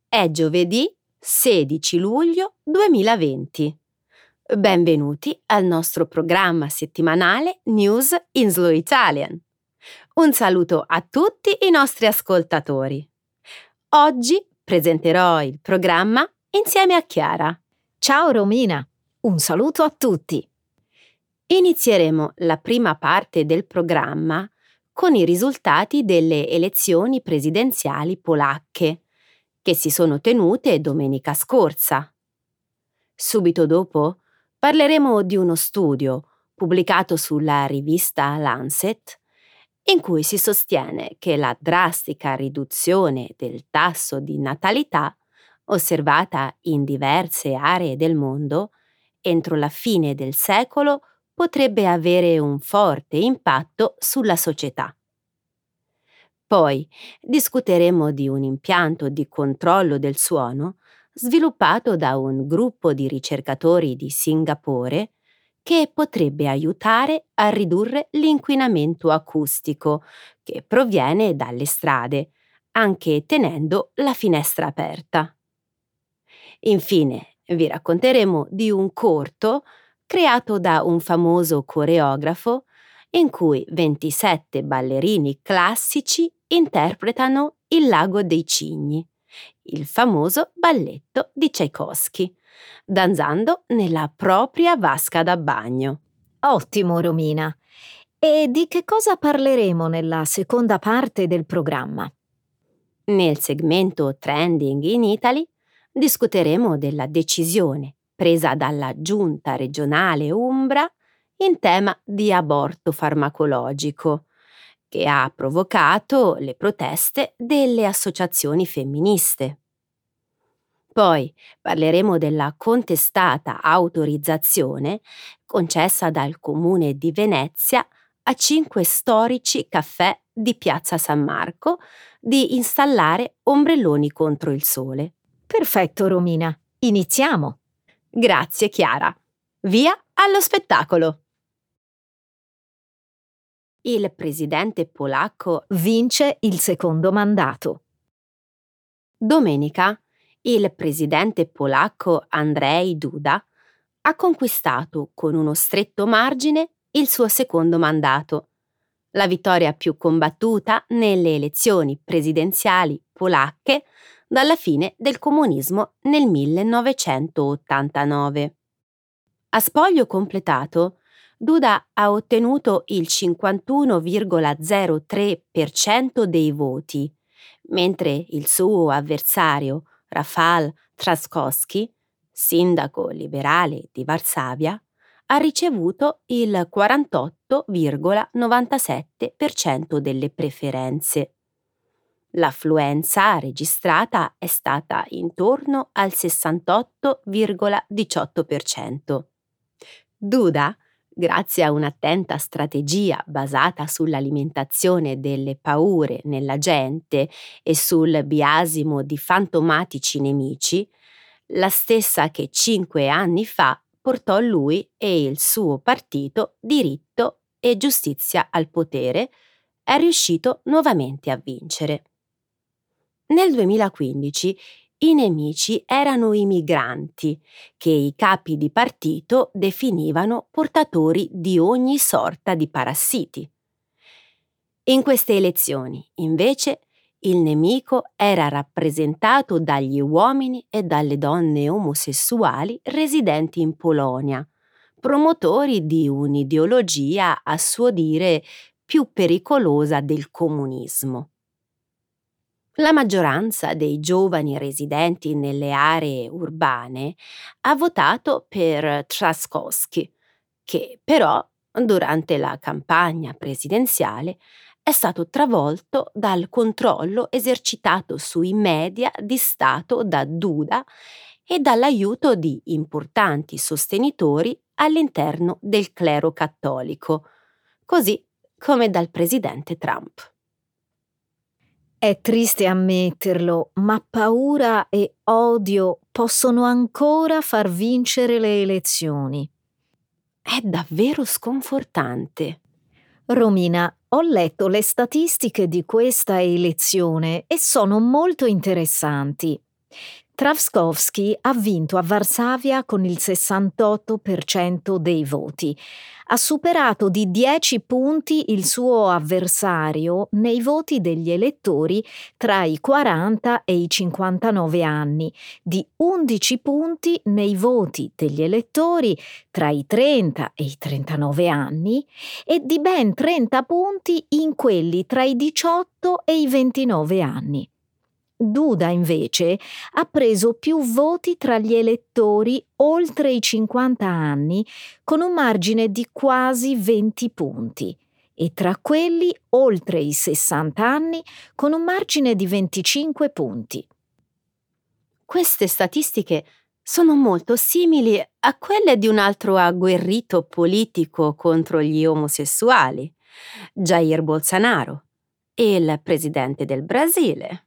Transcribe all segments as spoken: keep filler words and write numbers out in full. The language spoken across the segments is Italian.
È giovedì sedici luglio duemilaventi. Benvenuti al nostro programma settimanale News in Slow Italian. Un saluto a tutti i nostri ascoltatori. Oggi presenterò il programma insieme a Chiara. Ciao Romina, un saluto a tutti. Inizieremo la prima parte del programma con i risultati delle elezioni presidenziali polacche, che si sono tenute domenica scorsa. Subito dopo parleremo di uno studio pubblicato sulla rivista Lancet, in cui si sostiene che la drastica riduzione del tasso di natalità osservata in diverse aree del mondo entro la fine del secolo potrebbe avere un forte impatto sulla società. Poi discuteremo di un impianto di controllo del suono sviluppato da un gruppo di ricercatori di Singapore che potrebbe aiutare a ridurre l'inquinamento acustico che proviene dalle strade, anche tenendo la finestra aperta. Infine, vi racconteremo di un corto creato da un famoso coreografo in cui ventisette ballerini classici interpretano Il lago dei cigni, il famoso balletto di Tchaikovsky, danzando nella propria vasca da bagno. Ottimo Romina. E di che cosa parleremo nella seconda parte del programma? Nel segmento Trending in Italy discuteremo della decisione presa dalla Giunta regionale Umbra in tema di aborto farmacologico, che ha provocato le proteste delle associazioni femministe. Poi parleremo della contestata autorizzazione concessa dal Comune di Venezia a cinque storici caffè di Piazza San Marco di installare ombrelloni contro il sole. Perfetto Romina, iniziamo. Grazie Chiara. Via allo spettacolo! Il presidente polacco Vince il secondo mandato. Domenica il presidente polacco Andrzej Duda ha conquistato con uno stretto margine il suo secondo mandato, la vittoria più combattuta nelle elezioni presidenziali polacche dalla fine del comunismo nel millenovecentottantanove. A spoglio completato, Duda ha ottenuto il cinquantuno virgola zero tre per cento dei voti, mentre il suo avversario Rafał Trzaskowski, sindaco liberale di Varsavia, ha ricevuto il quarantotto virgola novantasette per cento delle preferenze. L'affluenza registrata è stata intorno al sessantotto virgola diciotto per cento. Duda, grazie a un'attenta strategia basata sull'alimentazione delle paure nella gente e sul biasimo di fantomatici nemici, la stessa che cinque anni fa portò lui e il suo partito Diritto e Giustizia al potere, è riuscito nuovamente a vincere. Nel duemilaquindici i nemici erano i migranti, che i capi di partito definivano portatori di ogni sorta di parassiti. In queste elezioni, invece, il nemico era rappresentato dagli uomini e dalle donne omosessuali residenti in Polonia, promotori di un'ideologia a suo dire più pericolosa del comunismo. La maggioranza dei giovani residenti nelle aree urbane ha votato per Trzaskowski, che però, durante la campagna presidenziale, è stato travolto dal controllo esercitato sui media di Stato da Duda e dall'aiuto di importanti sostenitori all'interno del clero cattolico, così come dal presidente Trump. È triste ammetterlo, ma paura e odio possono ancora far vincere le elezioni. È davvero sconfortante. Romina, ho letto le statistiche di questa elezione e sono molto interessanti. Trzaskowski ha vinto a Varsavia con il sessantotto per cento dei voti. Ha superato di dieci punti il suo avversario nei voti degli elettori tra i quaranta e i cinquantanove anni, di undici punti nei voti degli elettori tra i trenta e i trentanove anni e di ben trenta punti in quelli tra i diciotto e i ventinove anni. Duda, invece, ha preso più voti tra gli elettori oltre i cinquanta anni con un margine di quasi venti punti e tra quelli oltre i sessanta anni con un margine di venticinque punti. Queste statistiche sono molto simili a quelle di un altro agguerrito politico contro gli omosessuali, Jair Bolsonaro, e il presidente del Brasile.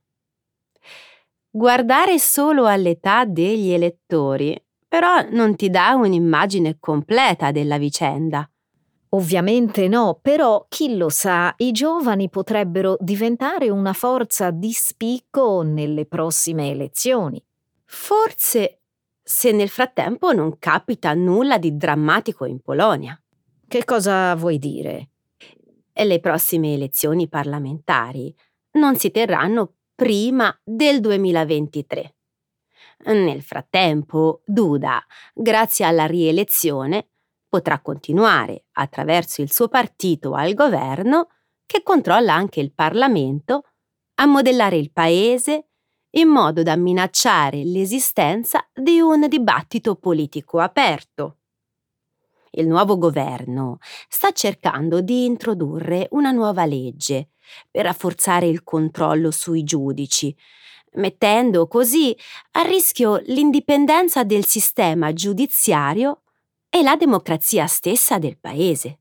Guardare solo all'età degli elettori, però, non ti dà un'immagine completa della vicenda. Ovviamente no, però chi lo sa, i giovani potrebbero diventare una forza di spicco nelle prossime elezioni. Forse se nel frattempo non capita nulla di drammatico in Polonia. Che cosa vuoi dire? E le prossime elezioni parlamentari non si terranno prima del duemilaventitré. Nel frattempo, Duda, grazie alla rielezione, potrà continuare, attraverso il suo partito al governo, che controlla anche il Parlamento, a modellare il paese in modo da minacciare l'esistenza di un dibattito politico aperto. Il nuovo governo sta cercando di introdurre una nuova legge per rafforzare il controllo sui giudici, mettendo così a rischio l'indipendenza del sistema giudiziario e la democrazia stessa del paese.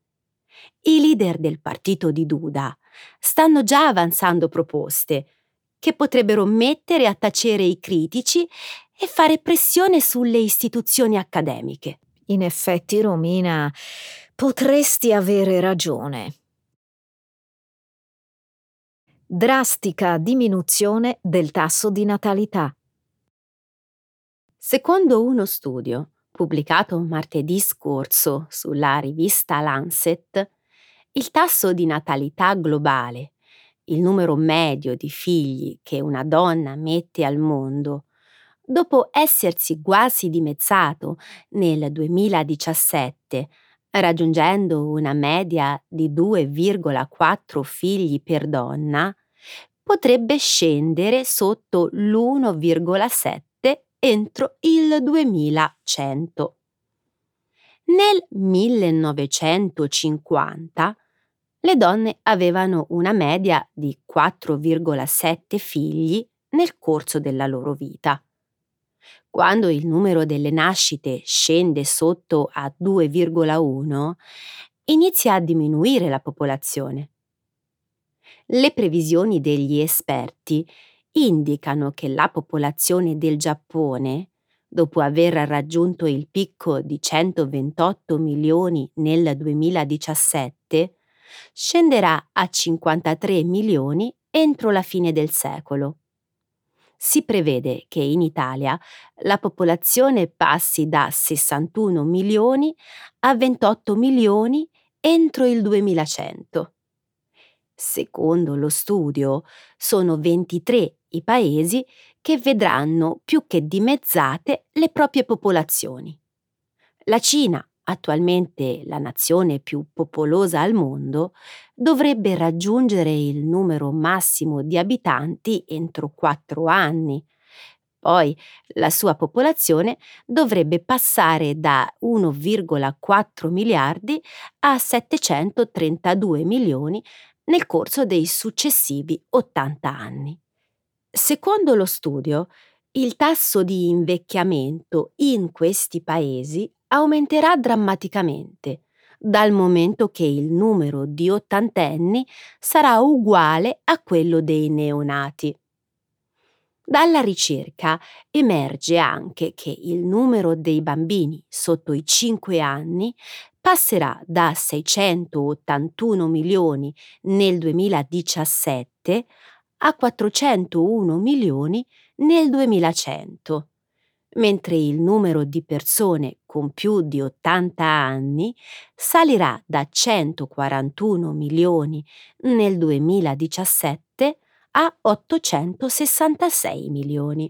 I leader del partito di Duda stanno già avanzando proposte che potrebbero mettere a tacere i critici e fare pressione sulle istituzioni accademiche. In effetti, Romina, potresti avere ragione. Drastica diminuzione del tasso di natalità. Secondo uno studio pubblicato martedì scorso sulla rivista Lancet, il tasso di natalità globale, il numero medio di figli che una donna mette al mondo, dopo essersi quasi dimezzato nel duemiladiciassette, raggiungendo una media di due virgola quattro figli per donna, potrebbe scendere sotto l'uno virgola sette entro il duemilacento. Nel millenovecentocinquanta le donne avevano una media di quattro virgola sette figli nel corso della loro vita. Quando il numero delle nascite scende sotto a due virgola uno, inizia a diminuire la popolazione. Le previsioni degli esperti indicano che la popolazione del Giappone, dopo aver raggiunto il picco di centoventotto milioni nel duemiladiciassette, scenderà a cinquantatré milioni entro la fine del secolo. Si prevede che in Italia la popolazione passi da sessantuno milioni a ventotto milioni entro il duemilacento. Secondo lo studio, sono ventitré i paesi che vedranno più che dimezzate le proprie popolazioni. La Cina, attualmente la nazione più popolosa al mondo, dovrebbe raggiungere il numero massimo di abitanti entro quattro anni. Poi la sua popolazione dovrebbe passare da uno virgola quattro miliardi a settecentotrentadue milioni nel corso dei successivi ottanta anni. Secondo lo studio, il tasso di invecchiamento in questi paesi aumenterà drammaticamente, dal momento che il numero di ottantenni sarà uguale a quello dei neonati. Dalla ricerca emerge anche che il numero dei bambini sotto i cinque anni passerà da seicentottantuno milioni nel duemiladiciassette a quattrocentouno milioni nel duemilacento, mentre il numero di persone con più di ottanta anni salirà da centoquarantuno milioni nel duemiladiciassette a ottocentosessantasei milioni.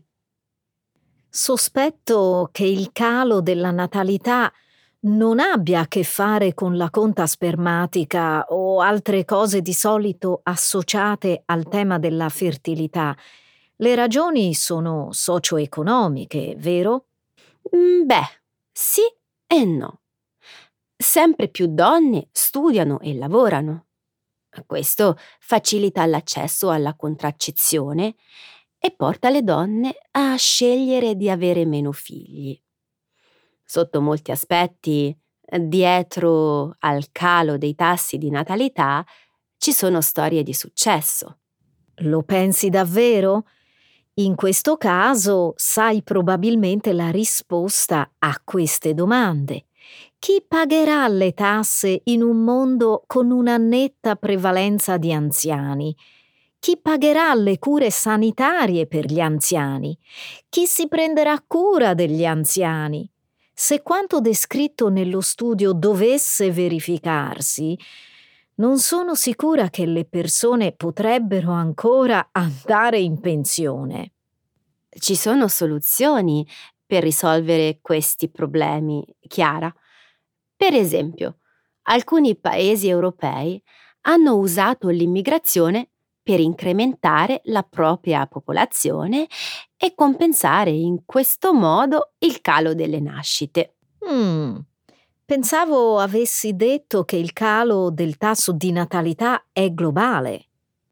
Sospetto che il calo della natalità non abbia a che fare con la conta spermatica o altre cose di solito associate al tema della fertilità. Le ragioni sono socio-economiche, vero? Mm, Beh, sì e no. Sempre più donne studiano e lavorano. Questo facilita l'accesso alla contraccezione e porta le donne a scegliere di avere meno figli. Sotto molti aspetti, dietro al calo dei tassi di natalità ci sono storie di successo. Lo pensi davvero? In questo caso sai probabilmente la risposta a queste domande. Chi pagherà le tasse in un mondo con una netta prevalenza di anziani? Chi pagherà le cure sanitarie per gli anziani? Chi si prenderà cura degli anziani? Se quanto descritto nello studio dovesse verificarsi, non sono sicura che le persone potrebbero ancora andare in pensione. Ci sono soluzioni per risolvere questi problemi, Chiara. Per esempio, alcuni paesi europei hanno usato l'immigrazione per incrementare la propria popolazione e compensare in questo modo il calo delle nascite. Mm, pensavo avessi detto che il calo del tasso di natalità è globale.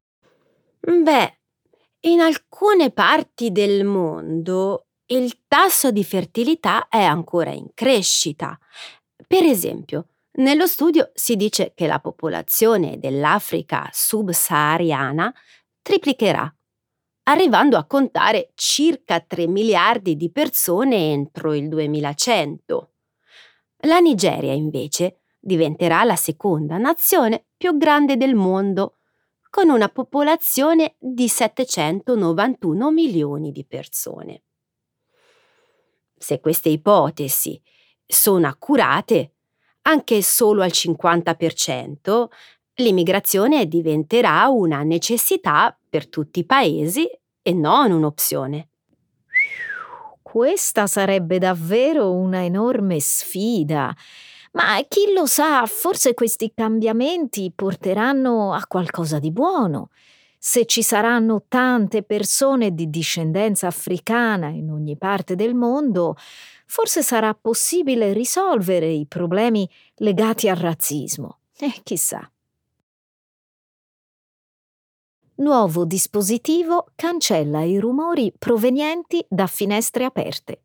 Beh, in alcune parti del mondo il tasso di fertilità è ancora in crescita. Per esempio, nello studio si dice che la popolazione dell'Africa subsahariana triplicherà, arrivando a contare circa tre miliardi di persone entro il duemilacento. La Nigeria, invece, diventerà la seconda nazione più grande del mondo, con una popolazione di settecentonovantuno milioni di persone. Se queste ipotesi sono accurate, anche solo al cinquanta per cento, l'immigrazione diventerà una necessità per tutti i paesi e non un'opzione. Questa sarebbe davvero una enorme sfida. Ma chi lo sa, forse questi cambiamenti porteranno a qualcosa di buono. Se ci saranno tante persone di discendenza africana in ogni parte del mondo, forse sarà possibile risolvere i problemi legati al razzismo. E chissà. Nuovo dispositivo cancella i rumori provenienti da finestre aperte.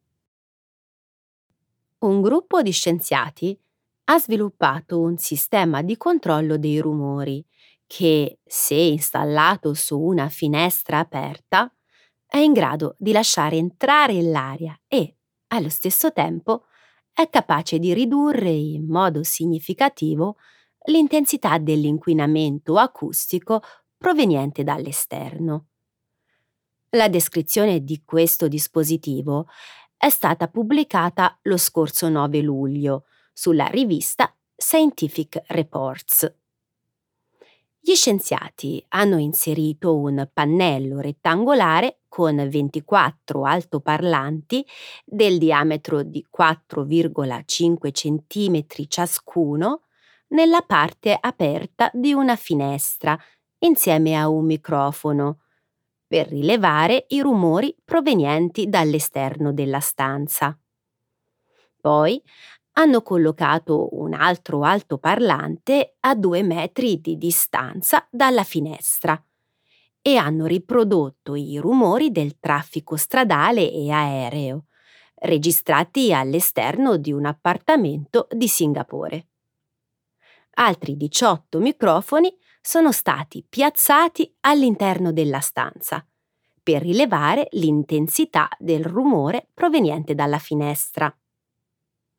Un gruppo di scienziati ha sviluppato un sistema di controllo dei rumori che, se installato su una finestra aperta, è in grado di lasciare entrare l'aria e, allo stesso tempo, è capace di ridurre in modo significativo l'intensità dell'inquinamento acustico proveniente dall'esterno. La descrizione di questo dispositivo è stata pubblicata lo scorso nove luglio sulla rivista Scientific Reports. Gli scienziati hanno inserito un pannello rettangolare con ventiquattro altoparlanti del diametro di quattro virgola cinque centimetri ciascuno nella parte aperta di una finestra insieme a un microfono per rilevare i rumori provenienti dall'esterno della stanza. Poi hanno collocato un altro altoparlante a due metri di distanza dalla finestra e hanno riprodotto i rumori del traffico stradale e aereo, registrati all'esterno di un appartamento di Singapore. Altri diciotto microfoni sono stati piazzati all'interno della stanza per rilevare l'intensità del rumore proveniente dalla finestra.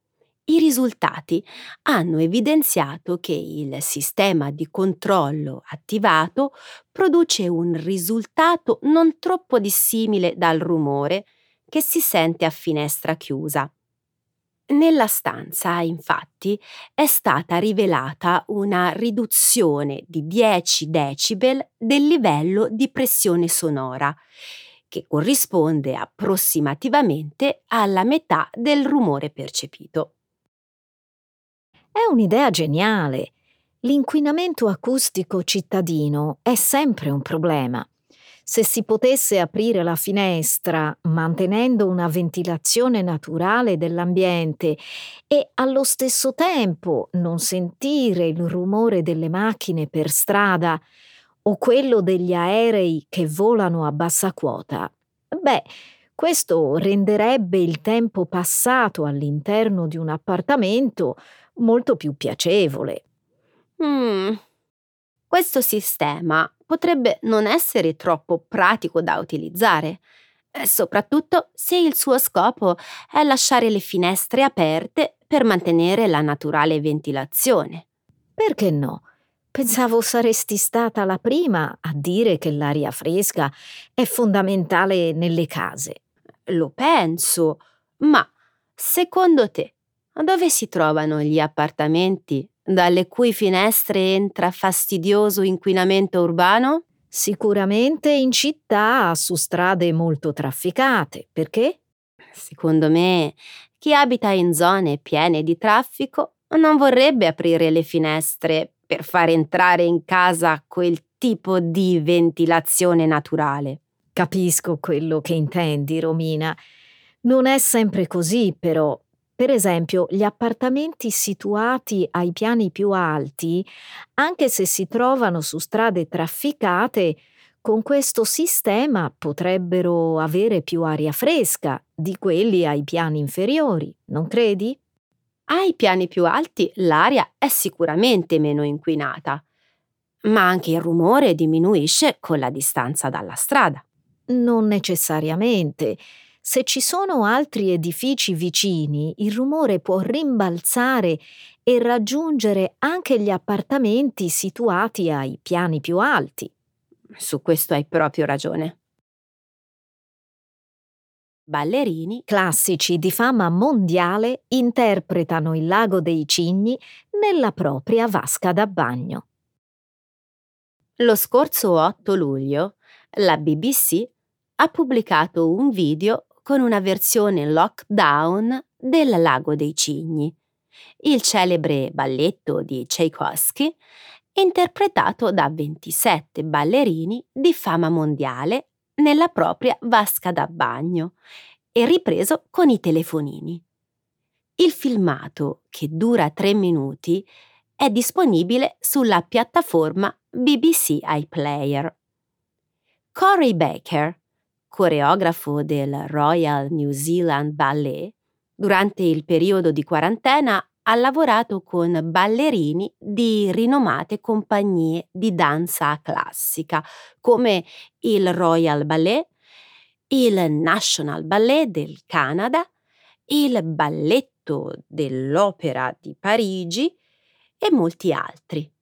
I risultati hanno evidenziato che il sistema di controllo attivato produce un risultato non troppo dissimile dal rumore che si sente a finestra chiusa. Nella stanza, infatti, è stata rivelata una riduzione di dieci decibel del livello di pressione sonora, che corrisponde approssimativamente alla metà del rumore percepito. È un'idea geniale. L'inquinamento acustico cittadino è sempre un problema. Se si potesse aprire la finestra mantenendo una ventilazione naturale dell'ambiente e allo stesso tempo non sentire il rumore delle macchine per strada o quello degli aerei che volano a bassa quota, beh, questo renderebbe il tempo passato all'interno di un appartamento molto più piacevole. Mm. Questo sistema potrebbe non essere troppo pratico da utilizzare, eh, soprattutto se il suo scopo è lasciare le finestre aperte per mantenere la naturale ventilazione. Perché no? Pensavo saresti stata la prima a dire che l'aria fresca è fondamentale nelle case. Lo penso, ma secondo te dove si trovano gli appartamenti dalle cui finestre entra fastidioso inquinamento urbano? Sicuramente in città, su strade molto trafficate. Perché? Secondo me, chi abita in zone piene di traffico non vorrebbe aprire le finestre per far entrare in casa quel tipo di ventilazione naturale. Capisco quello che intendi, Romina. Non è sempre così, però. Per esempio, gli appartamenti situati ai piani più alti, anche se si trovano su strade trafficate, con questo sistema potrebbero avere più aria fresca di quelli ai piani inferiori, non credi? Ai piani più alti l'aria è sicuramente meno inquinata, ma anche il rumore diminuisce con la distanza dalla strada. Non necessariamente. Se ci sono altri edifici vicini, il rumore può rimbalzare e raggiungere anche gli appartamenti situati ai piani più alti. Su questo hai proprio ragione. Ballerini Classici di fama mondiale interpretano il Lago dei Cigni nella propria vasca da bagno. Lo scorso otto luglio la B B C ha pubblicato un video con una versione lockdown del Lago dei Cigni, il celebre balletto di Tchaikovsky, interpretato da ventisette ballerini di fama mondiale nella propria vasca da bagno e ripreso con i telefonini. Il filmato, che dura tre minuti, è disponibile sulla piattaforma B B C iPlayer. Corey Baker, coreografo del Royal New Zealand Ballet, durante il periodo di quarantena ha lavorato con ballerini di rinomate compagnie di danza classica come il Royal Ballet, il National Ballet del Canada, il Balletto dell'Opera di Parigi e molti altri.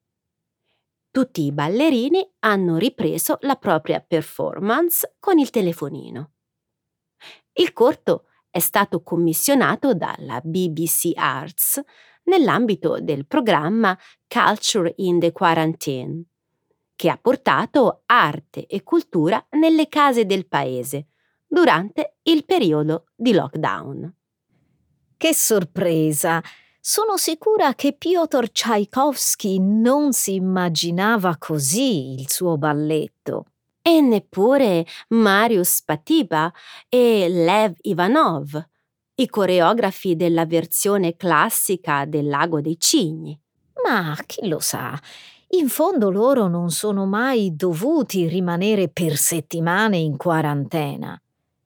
Tutti i ballerini hanno ripreso la propria performance con il telefonino. Il corto è stato commissionato dalla B B C Arts nell'ambito del programma Culture in the Quarantine, che ha portato arte e cultura nelle case del paese durante il periodo di lockdown. Che sorpresa! Sono sicura che Piotr Tchaikovsky non si immaginava così il suo balletto. E neppure Mariusz Patiba e Lev Ivanov, i coreografi della versione classica del Lago dei Cigni. Ma chi lo sa? In fondo loro non sono mai dovuti rimanere per settimane in quarantena.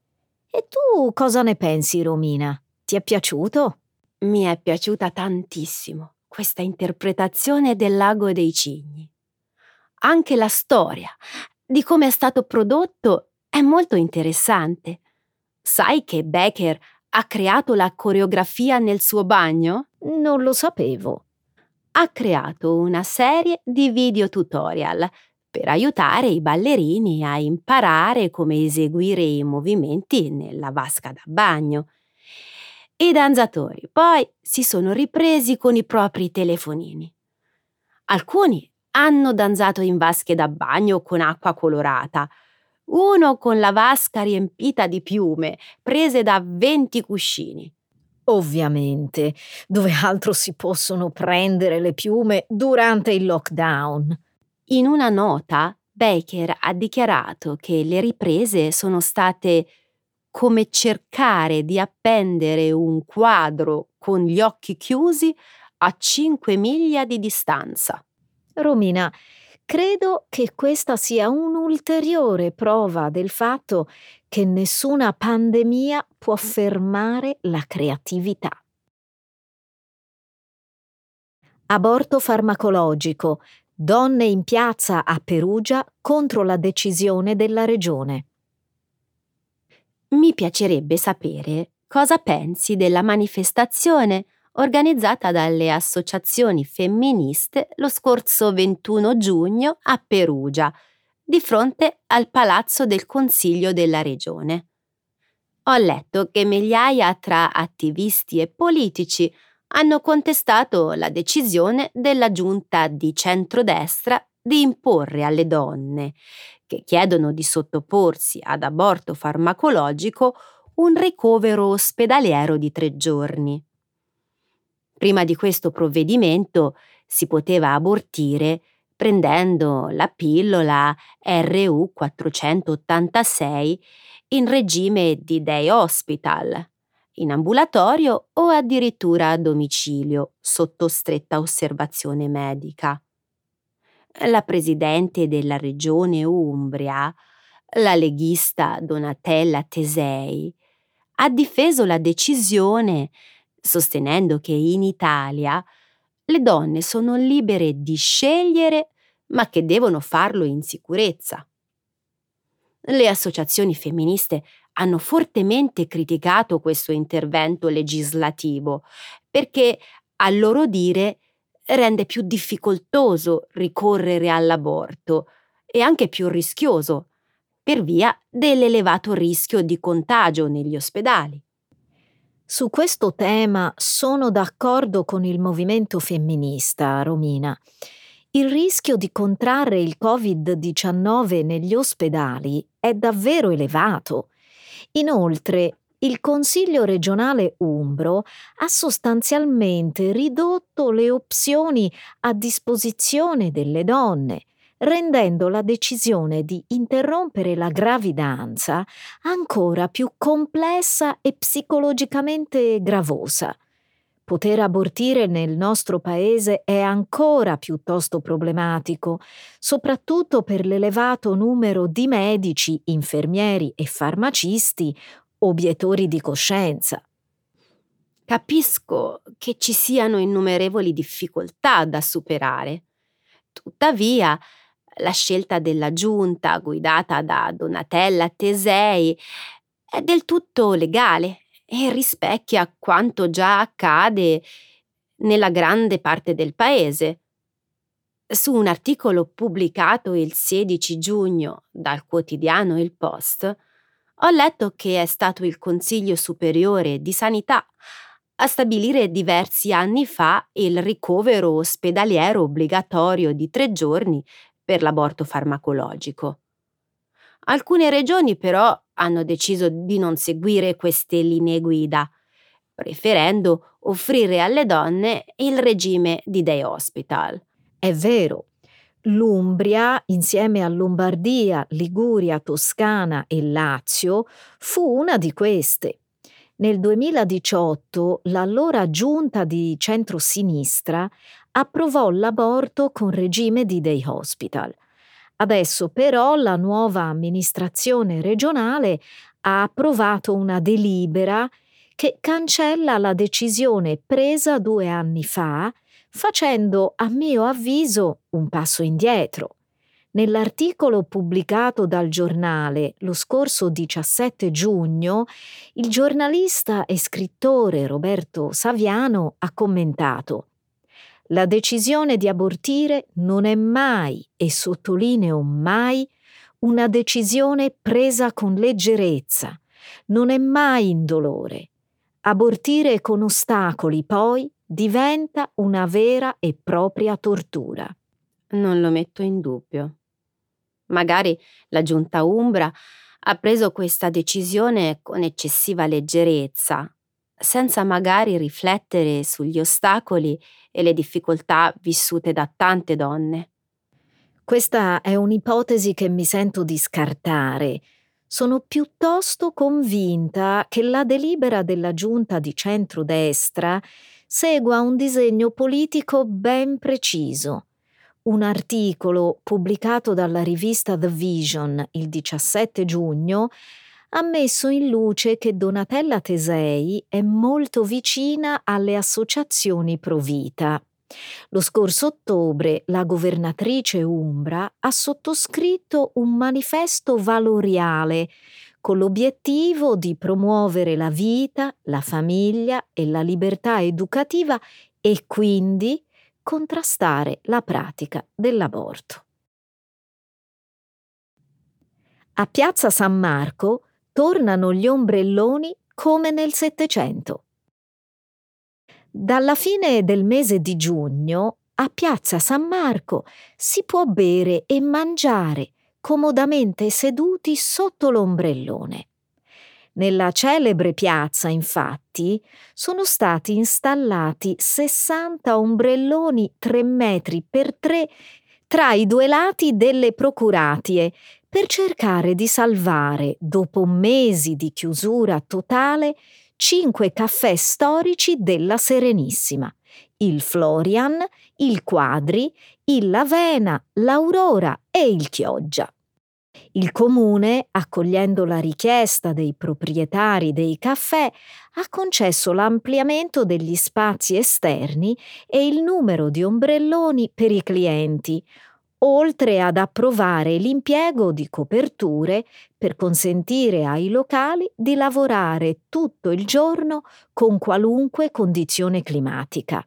E tu cosa ne pensi, Romina? Ti è piaciuto? Mi è piaciuta tantissimo questa interpretazione del Lago dei Cigni. Anche la storia di come è stato prodotto è molto interessante. Sai che Becker ha creato la coreografia nel suo bagno? Non lo sapevo. Ha creato una serie di video tutorial per aiutare i ballerini a imparare come eseguire i movimenti nella vasca da bagno. I danzatori poi si sono ripresi con i propri telefonini. Alcuni hanno danzato in vasche da bagno con acqua colorata, uno con la vasca riempita di piume prese da venti cuscini. Ovviamente, dove altro si possono prendere le piume durante il lockdown? In una nota, Baker ha dichiarato che le riprese sono state come cercare di appendere un quadro con gli occhi chiusi a cinque miglia di distanza. Romina, credo che questa sia un'ulteriore prova del fatto che nessuna pandemia può fermare la creatività. Aborto farmacologico. Donne in piazza a Perugia contro la decisione della regione. Mi piacerebbe sapere cosa pensi della manifestazione organizzata dalle associazioni femministe lo scorso ventuno giugno a Perugia, di fronte al Palazzo del Consiglio della Regione. Ho letto che migliaia tra attivisti e politici hanno contestato la decisione della giunta di centrodestra di imporre alle donne, che chiedono di sottoporsi ad aborto farmacologico, un ricovero ospedaliero di tre giorni. Prima di questo provvedimento si poteva abortire prendendo la pillola R U quattrocentottantasei in regime di day hospital, in ambulatorio o addirittura a domicilio, sotto stretta osservazione medica. La presidente della regione Umbria, la leghista Donatella Tesei, ha difeso la decisione sostenendo che in Italia le donne sono libere di scegliere, ma che devono farlo in sicurezza. Le associazioni femministe hanno fortemente criticato questo intervento legislativo perché, a loro dire, rende più difficoltoso ricorrere all'aborto e anche più rischioso per via dell'elevato rischio di contagio negli ospedali. Su questo tema sono d'accordo con il movimento femminista, Romina. Il rischio di contrarre il covid diciannove negli ospedali è davvero elevato. Inoltre, il Consiglio regionale umbro ha sostanzialmente ridotto le opzioni a disposizione delle donne, rendendo la decisione di interrompere la gravidanza ancora più complessa e psicologicamente gravosa. Poter abortire nel nostro paese è ancora piuttosto problematico, soprattutto per l'elevato numero di medici, infermieri e farmacisti obiettori di coscienza. Capisco che ci siano innumerevoli difficoltà da superare. Tuttavia, la scelta della giunta guidata da Donatella Tesei è del tutto legale e rispecchia quanto già accade nella grande parte del paese. Su un articolo pubblicato il sedici giugno dal quotidiano Il Post, ho letto che è stato il Consiglio Superiore di Sanità a stabilire diversi anni fa il ricovero ospedaliero obbligatorio di tre giorni per l'aborto farmacologico. Alcune regioni però hanno deciso di non seguire queste linee guida, preferendo offrire alle donne il regime di day hospital. È vero, l'Umbria, insieme a Lombardia, Liguria, Toscana e Lazio, fu una di queste. Nel duemiladiciotto l'allora giunta di centrosinistra approvò l'aborto con regime di day hospital. Adesso però la nuova amministrazione regionale ha approvato una delibera che cancella la decisione presa due anni fa, facendo, a mio avviso, un passo indietro. Nell'articolo pubblicato dal giornale lo scorso diciassette giugno, il giornalista e scrittore Roberto Saviano ha commentato: «La decisione di abortire non è mai, e sottolineo mai, una decisione presa con leggerezza, non è mai indolore. Abortire con ostacoli, poi, diventa una vera e propria tortura». Non lo metto in dubbio. Magari la giunta Umbra ha preso questa decisione con eccessiva leggerezza, senza magari riflettere sugli ostacoli e le difficoltà vissute da tante donne. Questa è un'ipotesi che mi sento di scartare. Sono piuttosto convinta che la delibera della giunta di centrodestra segua un disegno politico ben preciso. Un articolo pubblicato dalla rivista The Vision il diciassette giugno ha messo in luce che Donatella Tesei è molto vicina alle associazioni pro vita. Lo scorso ottobre la governatrice Umbra ha sottoscritto un manifesto valoriale con l'obiettivo di promuovere la vita, la famiglia e la libertà educativa e quindi contrastare la pratica dell'aborto. A Piazza San Marco tornano gli ombrelloni come nel Settecento. Dalla fine del mese di giugno a Piazza San Marco si può bere e mangiare comodamente seduti sotto l'ombrellone. Nella celebre piazza, infatti, sono stati installati sessanta ombrelloni tre metri per tre tra i due lati delle procuratie per cercare di salvare, dopo mesi di chiusura totale, cinque caffè storici della Serenissima: il Florian, il Quadri, il Lavena, l'Aurora e il Chioggia. Il comune, accogliendo la richiesta dei proprietari dei caffè, ha concesso l'ampliamento degli spazi esterni e il numero di ombrelloni per i clienti, oltre ad approvare l'impiego di coperture per consentire ai locali di lavorare tutto il giorno con qualunque condizione climatica.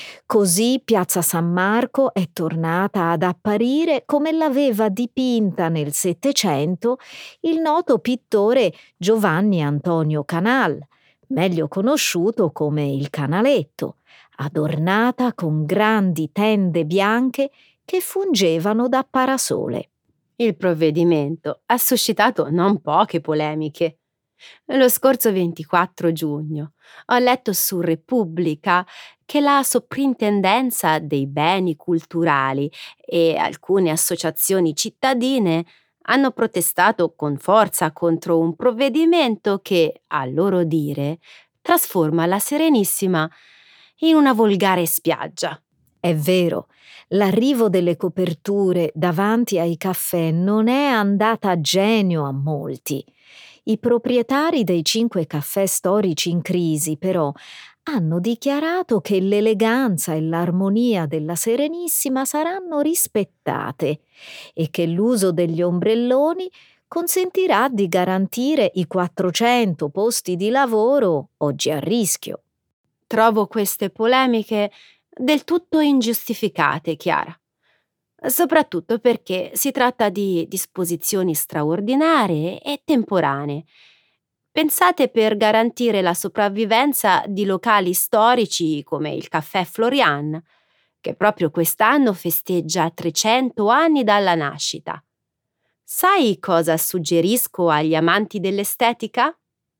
Così Piazza San Marco è tornata ad apparire come l'aveva dipinta nel Settecento il noto pittore Giovanni Antonio Canal, meglio conosciuto come il Canaletto, adornata con grandi tende bianche che fungevano da parasole. Il provvedimento ha suscitato non poche polemiche. Lo scorso ventiquattro giugno ho letto su Repubblica che la Soprintendenza dei Beni Culturali e alcune associazioni cittadine hanno protestato con forza contro un provvedimento che, a loro dire, trasforma la Serenissima in una volgare spiaggia. È vero, l'arrivo delle coperture davanti ai caffè non è andata a genio a molti. I proprietari dei cinque caffè storici in crisi, però, hanno dichiarato che l'eleganza e l'armonia della Serenissima saranno rispettate e che l'uso degli ombrelloni consentirà di garantire i quattrocento posti di lavoro oggi a rischio. Trovo queste polemiche del tutto ingiustificate, Chiara. Soprattutto perché si tratta di disposizioni straordinarie e temporanee, pensate per garantire la sopravvivenza di locali storici come il Caffè Florian, che proprio quest'anno festeggia trecento anni dalla nascita. Sai cosa suggerisco agli amanti dell'estetica?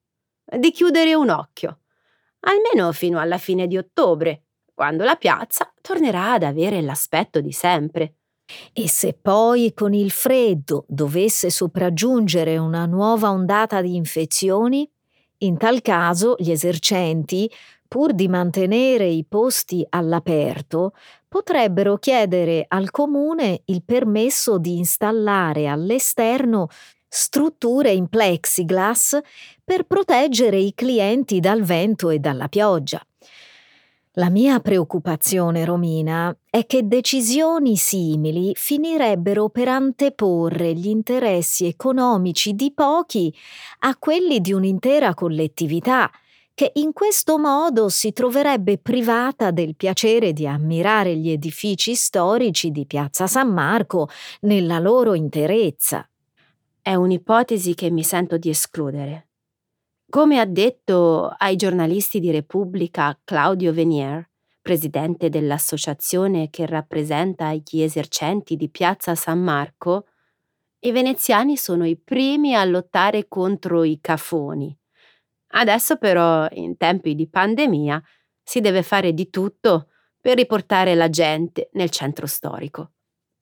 Di chiudere un occhio, almeno fino alla fine di ottobre, quando la piazza tornerà ad avere l'aspetto di sempre. E se poi con il freddo dovesse sopraggiungere una nuova ondata di infezioni, in tal caso gli esercenti, pur di mantenere i posti all'aperto, potrebbero chiedere al comune il permesso di installare all'esterno strutture in plexiglass per proteggere i clienti dal vento e dalla pioggia. La mia preoccupazione, Romina, è che decisioni simili finirebbero per anteporre gli interessi economici di pochi a quelli di un'intera collettività, che in questo modo si troverebbe privata del piacere di ammirare gli edifici storici di Piazza San Marco nella loro interezza. È un'ipotesi che mi sento di escludere. Come ha detto ai giornalisti di Repubblica Claudio Venier, presidente dell'associazione che rappresenta gli esercenti di Piazza San Marco, i veneziani sono i primi a lottare contro i cafoni. Adesso però, in tempi di pandemia, si deve fare di tutto per riportare la gente nel centro storico.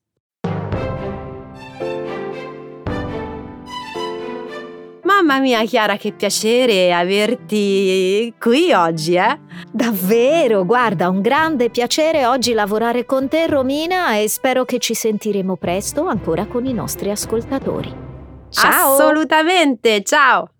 Mamma mia, Chiara, che piacere averti qui oggi, eh? Davvero, guarda, un grande piacere oggi lavorare con te, Romina, e spero che ci sentiremo presto ancora con i nostri ascoltatori. Ciao! Assolutamente, ciao!